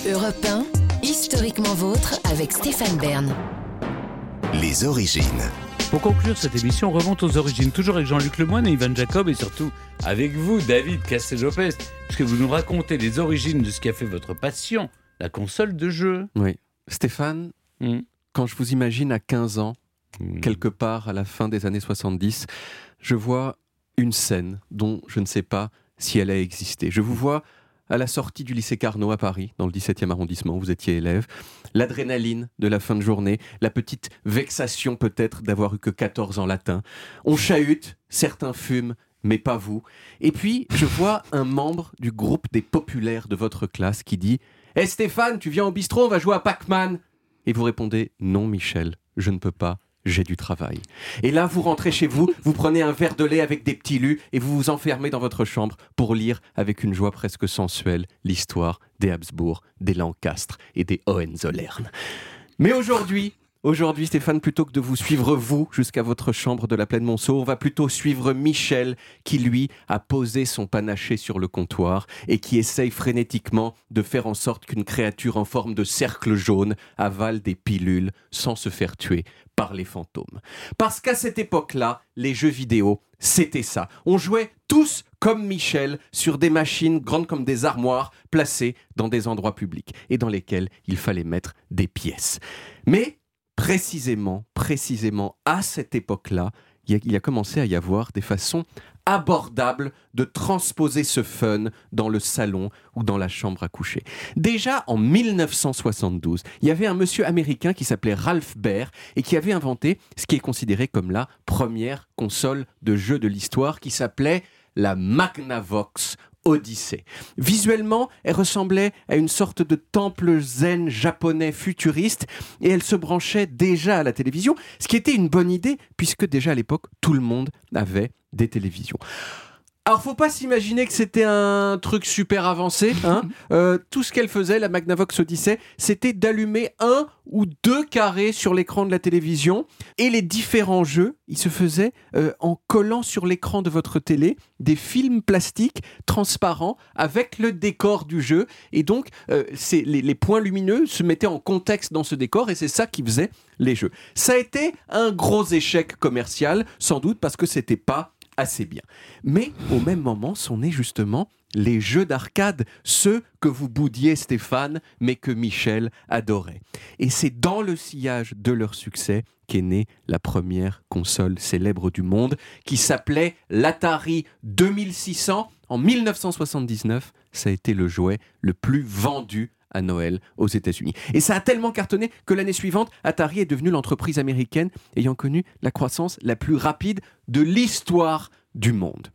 Europe 1, historiquement vôtre avec Stéphane Bern. Les origines. Pour conclure cette émission, on remonte aux origines, toujours avec Jean-Luc Lemoyne et Ivan Jacob, et surtout avec vous, David Castel-Jopes, puisque vous nous racontez les origines de ce qui a fait votre passion, la console de jeu. Oui. Stéphane, quand je vous imagine à 15 ans, quelque part à la fin des années 70, je vois une scène dont je ne sais pas si elle a existé. Je vous vois à la sortie du lycée Carnot à Paris, dans le 17e arrondissement, vous étiez élève, l'adrénaline de la fin de journée, la petite vexation peut-être d'avoir eu que 14 ans latin. On chahute, certains fument, mais pas vous. Et puis, je vois un membre du groupe des populaires de votre classe qui dit « Hé Stéphane, tu viens au bistrot, on va jouer à Pac-Man !» Et vous répondez « Non Michel, je ne peux pas. J'ai du travail. » Et là, vous rentrez chez vous, vous prenez un verre de lait avec des petits lus et vous vous enfermez dans votre chambre pour lire avec une joie presque sensuelle l'histoire des Habsbourg, des Lancastre et des Hohenzollern. Mais aujourd'hui, Stéphane, plutôt que de vous suivre vous jusqu'à votre chambre de la Plaine Monceau, on va plutôt suivre Michel qui, lui, a posé son panaché sur le comptoir et qui essaye frénétiquement de faire en sorte qu'une créature en forme de cercle jaune avale des pilules sans se faire tuer par les fantômes. Parce qu'à cette époque-là, les jeux vidéo, c'était ça. On jouait tous comme Michel sur des machines grandes comme des armoires placées dans des endroits publics et dans lesquels il fallait mettre des pièces. Mais précisément, à cette époque-là, il a commencé à y avoir des façons abordables de transposer ce fun dans le salon ou dans la chambre à coucher. Déjà en 1972, il y avait un monsieur américain qui s'appelait Ralph Baer et qui avait inventé ce qui est considéré comme la première console de jeu de l'histoire qui s'appelait la Magnavox Odyssey. Visuellement, elle ressemblait à une sorte de temple zen japonais futuriste et elle se branchait déjà à la télévision, ce qui était une bonne idée puisque déjà à l'époque, tout le monde avait des télévisions. Alors, faut pas s'imaginer que c'était un truc super avancé. Tout ce qu'elle faisait, la Magnavox Odyssey, c'était d'allumer 1 ou 2 carrés sur l'écran de la télévision. Et les différents jeux, ils se faisaient en collant sur l'écran de votre télé des films plastiques transparents avec le décor du jeu. Et donc, les points lumineux se mettaient en contexte dans ce décor et c'est ça qui faisait les jeux. Ça a été un gros échec commercial, sans doute parce que c'était pas assez bien. Mais au même moment sont nés justement les jeux d'arcade, ceux que vous boudiez Stéphane, mais que Michel adorait. Et c'est dans le sillage de leur succès qu'est née la première console célèbre du monde, qui s'appelait l'Atari 2600. En 1979, ça a été le jouet le plus vendu à Noël aux États-Unis. Et ça a tellement cartonné que l'année suivante, Atari est devenue l'entreprise américaine ayant connu la croissance la plus rapide de l'histoire du monde.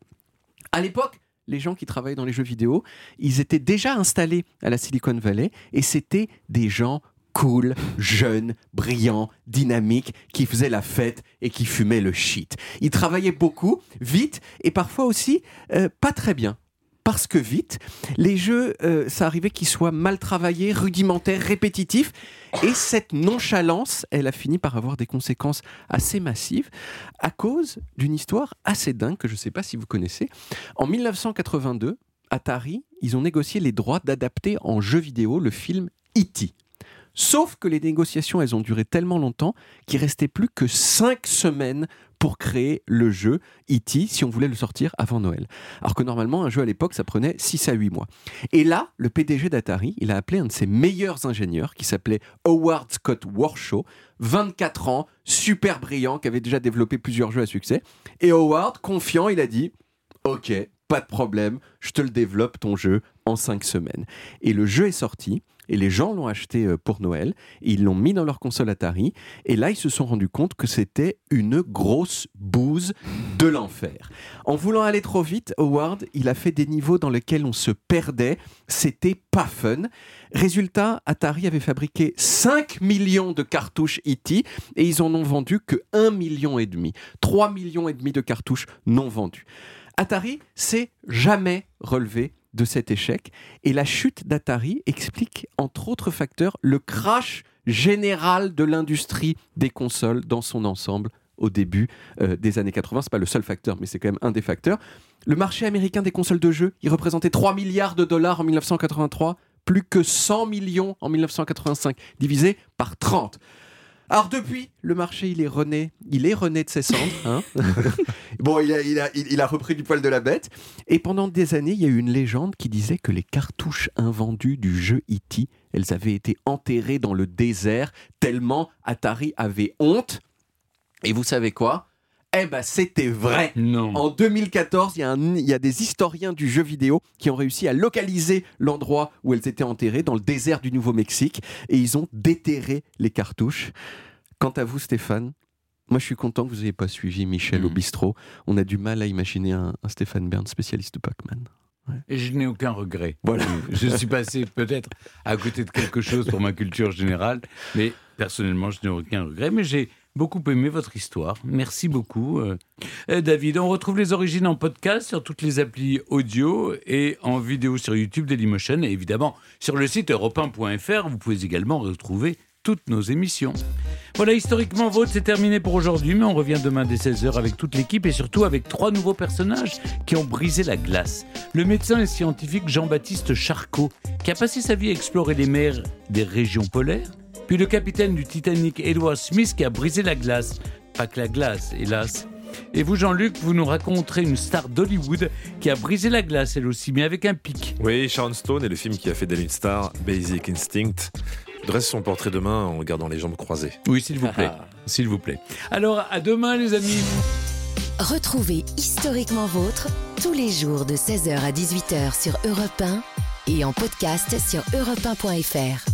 À l'époque, les gens qui travaillaient dans les jeux vidéo, ils étaient déjà installés à la Silicon Valley et c'était des gens cool, jeunes, brillants, dynamiques, qui faisaient la fête et qui fumaient le shit. Ils travaillaient beaucoup, vite et parfois aussi pas très bien. Parce que vite, les jeux, ça arrivait qu'ils soient mal travaillés, rudimentaires, répétitifs. Et cette nonchalance, elle a fini par avoir des conséquences assez massives à cause d'une histoire assez dingue que je ne sais pas si vous connaissez. En 1982, Atari, ils ont négocié les droits d'adapter en jeu vidéo le film E.T. Sauf que les négociations, elles ont duré tellement longtemps qu'il ne restait plus que 5 semaines pour créer le jeu E.T. si on voulait le sortir avant Noël. Alors que normalement, un jeu à l'époque, ça prenait 6 à 8 mois. Et là, le PDG d'Atari, il a appelé un de ses meilleurs ingénieurs qui s'appelait Howard Scott Warshaw, 24 ans, super brillant, qui avait déjà développé plusieurs jeux à succès. Et Howard, confiant, il a dit « Ok, pas de problème, je te le développe ton jeu en 5 semaines. » Et le jeu est sorti. Et les gens l'ont acheté pour Noël, et ils l'ont mis dans leur console Atari, et là ils se sont rendus compte que c'était une grosse bouse de l'enfer. En voulant aller trop vite, Howard, il a fait des niveaux dans lesquels on se perdait, c'était pas fun. Résultat, Atari avait fabriqué 5 millions de cartouches E.T. et ils en ont vendu que 1,5 million. 3,5 millions de cartouches non vendues. Atari s'est jamais relevé de cet échec. Et la chute d'Atari explique, entre autres facteurs, le crash général de l'industrie des consoles dans son ensemble au début des années 80. C'est pas le seul facteur, mais c'est quand même un des facteurs. Le marché américain des consoles de jeux, il représentait 3 milliards de dollars en 1983 plus que 100 millions en 1985, divisé par 30. Alors depuis, le marché, il est rené de ses cendres. Hein. Bon, il a repris du poil de la bête. Et pendant des années, il y a eu une légende qui disait que les cartouches invendues du jeu E.T., elles avaient été enterrées dans le désert, tellement Atari avait honte. Et vous savez quoi ? Eh ben, c'était vrai. Non. En 2014, il y a des historiens du jeu vidéo qui ont réussi à localiser l'endroit où elles étaient enterrées, dans le désert du Nouveau-Mexique, et ils ont déterré les cartouches. Quant à vous, Stéphane, moi je suis content que vous n'ayez pas suivi Michel au bistrot. On a du mal à imaginer un Stéphane Bern spécialiste de Pac-Man. Ouais. Et je n'ai aucun regret. Voilà. Je suis passé peut-être à côté de quelque chose pour ma culture générale, mais personnellement, je n'ai aucun regret. Mais j'ai beaucoup aimé votre histoire. Merci beaucoup. David, on retrouve les origines en podcast sur toutes les applis audio et en vidéo sur YouTube Dailymotion et évidemment sur le site europe1.fr. Vous pouvez également retrouver toutes nos émissions. Voilà, Historiquement Vôtre, c'est terminé pour aujourd'hui, mais on revient demain dès 16h avec toute l'équipe et surtout avec 3 nouveaux personnages qui ont brisé la glace. Le médecin et scientifique Jean-Baptiste Charcot, qui a passé sa vie à explorer les mers des régions polaires, puis le capitaine du Titanic Edward Smith qui a brisé la glace. Pas que la glace, hélas. Et vous, Jean-Luc, vous nous raconterez une star d'Hollywood qui a brisé la glace, elle aussi, mais avec un pic. Oui, Sharon Stone et le film qui a fait d'elle une star, Basic Instinct, dresse son portrait demain en gardant les jambes croisées. Oui, s'il vous plaît. S'il vous plaît. Alors, à demain, les amis. Retrouvez Historiquement Vôtre tous les jours de 16h à 18h sur Europe 1 et en podcast sur europe1.fr.